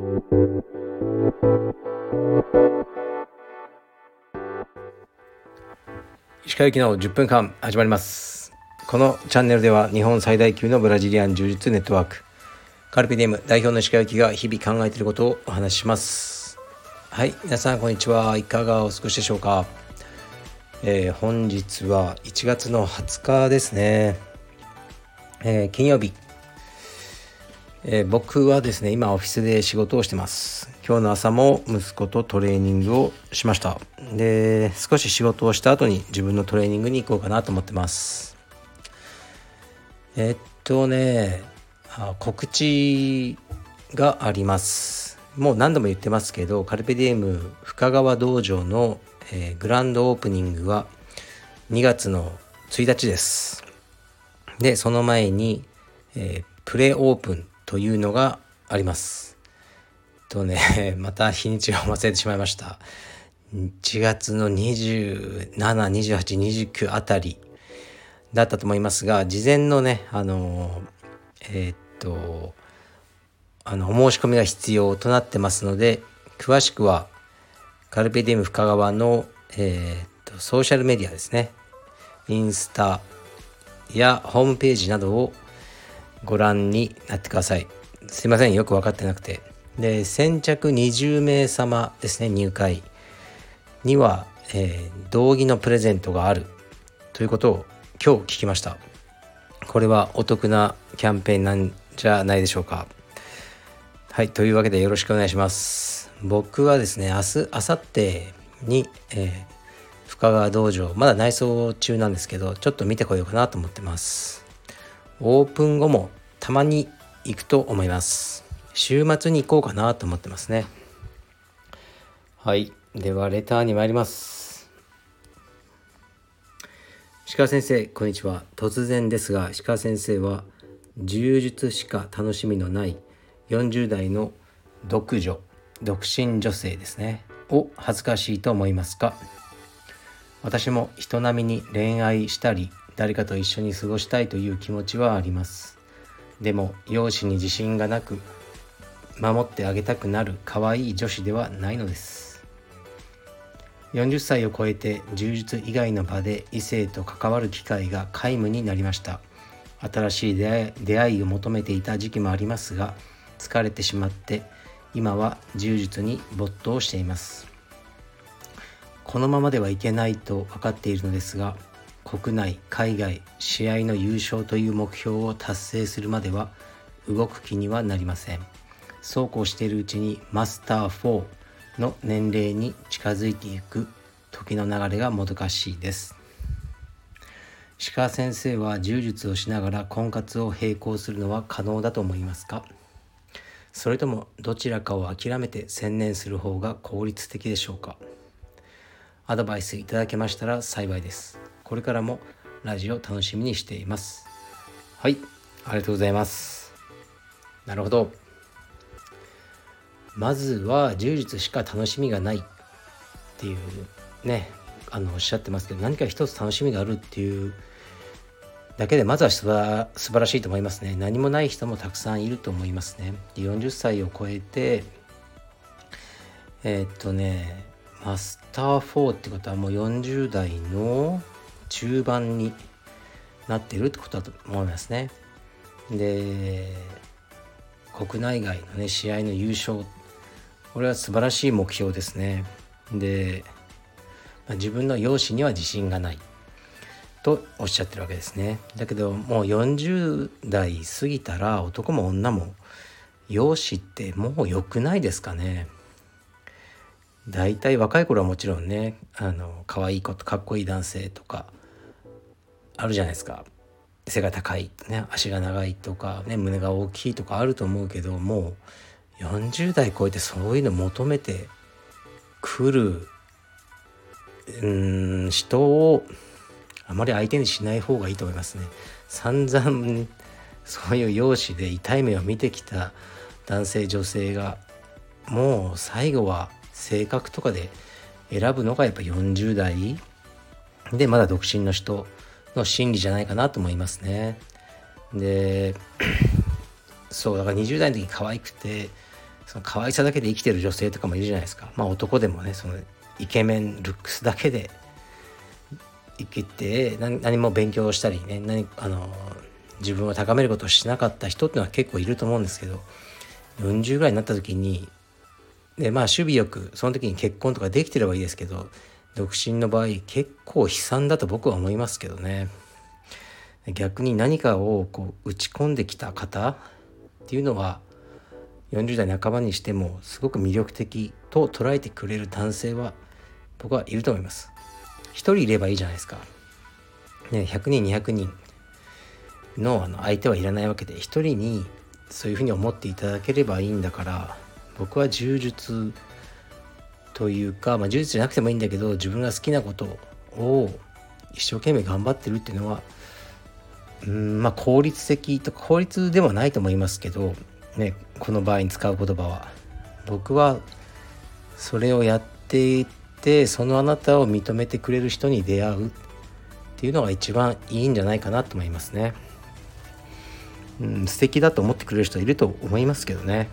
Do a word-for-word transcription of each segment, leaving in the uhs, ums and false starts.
石川行きのじゅっぷんかん始まります。このチャンネルでは日本最大級のブラジリアン柔術ネットワークカルペディエム代表の石川行きが日々考えていることをお話しします。はい、皆さんこんにちは。いかがお過ごしでしょうか。えー、本日はいちがつのはつかですね、えー、金曜日、えー、僕はですね今オフィスで仕事をしてます。今日の朝も息子とトレーニングをしました。で少し仕事をした後に自分のトレーニングに行こうかなと思ってます。えっとねあ告知があります。もう何度も言ってますけど、カルペディエム深川道場の、えー、グランドオープニングはにがつのついたちです。でその前に、えー、プレオープンというのがあります。とねまた日にちを忘れてしまいました。いちがつのにじゅうなな、にじゅうはち、にじゅうきゅうあたりだったと思いますが、事前のねあのえー、っとあのお申し込みが必要となってますので、詳しくはカルペディエム深川の、えー、っとソーシャルメディアですね、インスタやホームページなどをご覧になってください。すいません、よく分かってなくて。で先着にじゅうめいさまですね、入会には、えー、道着のプレゼントがあるということを今日聞きました。これはお得なキャンペーンなんじゃないでしょうか。はい、というわけでよろしくお願いします。僕はですね明日明後日に、えー、深川道場まだ内装中なんですけど、ちょっと見てこようかなと思ってます。オープン後もたまに行くと思います。週末に行こうかなと思ってますね。はい、ではレターに参ります。石川先生こんにちは。突然ですが、石川先生は柔術しか楽しみのないよんじゅう代の独女独身女性ですねを恥ずかしいと思いますか？私も人並みに恋愛したり誰かと一緒に過ごしたいという気持ちはあります。でも容姿に自信がなく守ってあげたくなる可愛い女子ではないのです。よんじゅっさいを超えて柔術以外の場で異性と関わる機会が皆無になりました。新しい出会い、出会いを求めていた時期もありますが、疲れてしまって今は柔術に没頭しています。このままではいけないと分かっているのですが、国内海外試合の優勝という目標を達成するまでは動く気にはなりません。そうこうしているうちにマスターフォーの年齢に近づいていく時の流れがもどかしいです。石川先生は柔術をしながら婚活を並行するのは可能だと思いますか？それともどちらかを諦めて専念する方が効率的でしょうか？アドバイスいただけましたら幸いです。これからもラジオ楽しみにしています。はい、ありがとうございます。なるほど。まずは柔術しか楽しみがないっていうねあのおっしゃってますけど、何か一つ楽しみがあるっていうだけでまずは素晴らしいと思いますね。何もない人もたくさんいると思いますね。よんじゅっさいを超えてえー、っとねマスターフォーってことはもうよんじゅう代の中盤になっているってことだと思いますね。で国内外のね試合の優勝、これは素晴らしい目標ですね。で、まあ、自分の容姿には自信がないとおっしゃってるわけですね。だけどもうよんじゅう代過ぎたら男も女も容姿ってもう良くないですかね。だいたい若い頃はもちろんねあの可愛い子とかっこいい男性とかあるじゃないですか。背が高い、ね、足が長いとか、ね、胸が大きいとかあると思うけど、もうよんじゅう代超えてそういうの求めてくるうーん人をあまり相手にしない方がいいと思いますね。散々そういう容姿で痛い目を見てきた男性女性がもう最後は性格とかで選ぶのがやっぱよんじゅう代でまだ独身の人の心理じゃないかなと思いますね。でそうだからにじゅう代の時可愛くてその可愛さだけで生きてる女性とかもいるじゃないですか。まあ男でもね、そのイケメンルックスだけで生きて何、何も勉強したりね、何あの自分を高めることをしなかった人っていうのは結構いると思うんですけど、よんじゅうぐらいになった時にでまあ守備よくその時に結婚とかできてればいいですけど、独身の場合結構悲惨だと僕は思いますけどね。逆に何かをこう打ち込んできた方っていうのはよんじゅう代半ばにしてもすごく魅力的と捉えてくれる男性は僕はいると思います。一人いればいいじゃないですか、ね、ひゃくにんにひゃくにん の, あの相手はいらないわけで、一人にそういうふうに思っていただければいいんだから、僕は柔術というか、まあ、柔術じゃなくてもいいんだけど、自分が好きなことを一生懸命頑張ってるっていうのはうんまあ効率的とか効率ではないと思いますけどね、この場合に使う言葉は僕はそれをやっていってそのあなたを認めてくれる人に出会うっていうのが一番いいんじゃないかなと思いますね。うん、素敵だと思ってくれる人いると思いますけどね。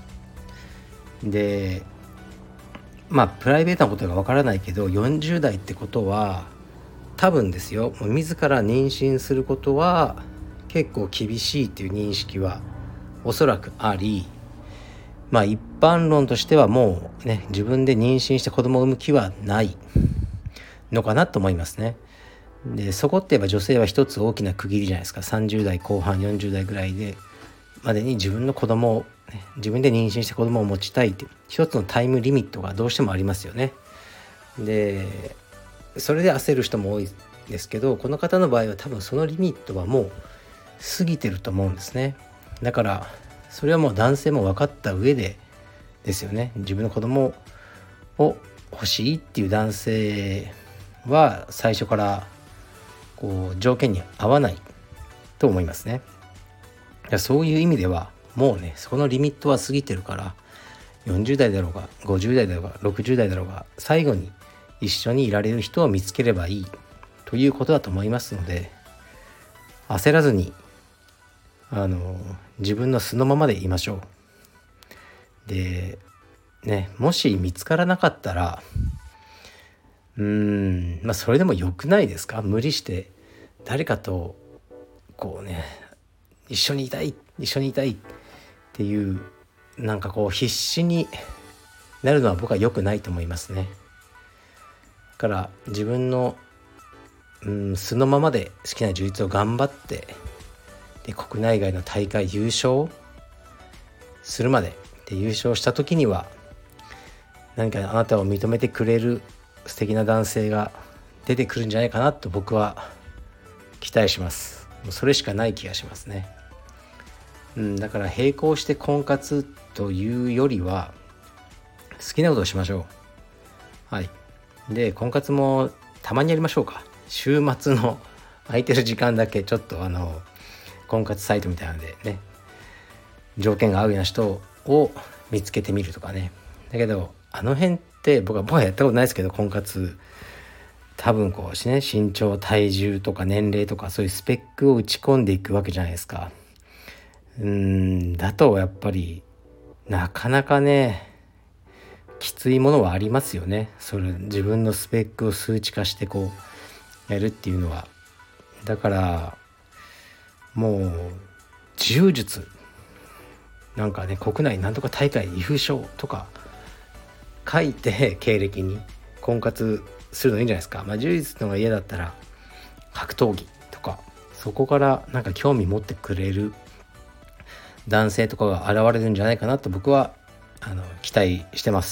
でまあプライベートなことがわからないけどよんじゅう代ってことは多分ですよ、もう自ら妊娠することは結構厳しいっていう認識はおそらくあり、まあ一般論としてはもうね自分で妊娠して子供を産む気はないのかなと思いますね。でそこって言えば女性は一つ大きな区切りじゃないですか。さんじゅう代後半よんじゅう代ぐらいでまでに自分の子供を、ね、自分で妊娠して子供を持ちたいっていう一つのタイムリミットがどうしてもありますよね。でそれで焦る人も多いですけど、この方の場合は多分そのリミットはもう過ぎてると思うんですね。だからそれはもう男性も分かった上でですよね。自分の子供を欲しいっていう男性は最初からこう条件に合わないと思いますね。そういう意味ではもうねそこのリミットは過ぎてるから、よんじゅう代だろうがごじゅう代だろうがろくじゅう代だろうが最後に一緒にいられる人を見つければいいということだと思いますので、焦らずにあの自分の素のままでいましょう。でね、もし見つからなかったらうーんまあそれでも良くないですか。無理して誰かとこうね一緒にいたい一緒にいたいっていうなんかこう必死になるのは僕は良くないと思いますね。だから自分のうん素のままで好きな柔術を頑張ってで国内外の大会優勝するまでで優勝した時には何かあなたを認めてくれる素敵な男性が出てくるんじゃないかなと僕は期待します。もうそれしかない気がしますね。うん、だから並行して婚活というよりは好きなことをしましょう。はい。で婚活もたまにやりましょうか。週末の空いてる時間だけちょっとあの婚活サイトみたいなのでね条件が合うような人を見つけてみるとかね。だけどあの辺って僕は僕はやったことないですけど、婚活多分こうしね身長体重とか年齢とかそういうスペックを打ち込んでいくわけじゃないですか。うーんだとやっぱりなかなかねきついものはありますよね。それ自分のスペックを数値化してこうやるっていうのは。だからもう柔術なんかね国内なんとか大会優勝とか書いて経歴に婚活するのいいんじゃないですか。まあ柔術のが嫌だったら格闘技とかそこからなんか興味持ってくれる男性とかが現れるんじゃないかなと僕はあの期待してます。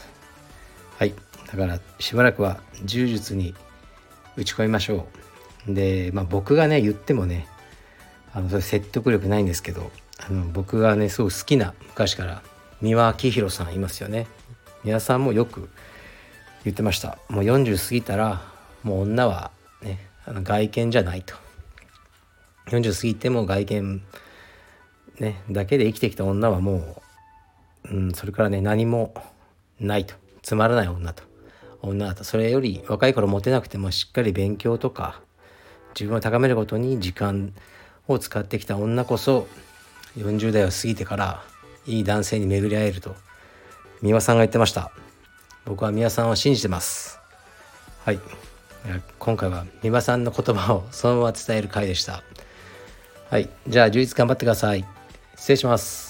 はい。だからしばらくは柔術に打ち込みましょう。で、まあ僕がね言ってもねあのそれ説得力ないんですけど、あの僕がねすごく好きな昔から三輪明宏さんいますよね。皆さんもよく言ってました。もうよんじゅう過ぎたらもう女はねあの外見じゃないと。よんじゅう過ぎても外見ねだけで生きてきた女はもう、うん、それからね何もないと。つまらない女と女だと。それより若い頃モテなくてもしっかり勉強とか自分を高めることに時間を使ってきた女こそよんじゅう代を過ぎてからいい男性に巡り会えると三輪さんが言ってました。僕は三輪さんを信じてます。はい、今回は三輪さんの言葉をそのまま伝える回でした。はい、じゃあ充実頑張ってください。失礼します。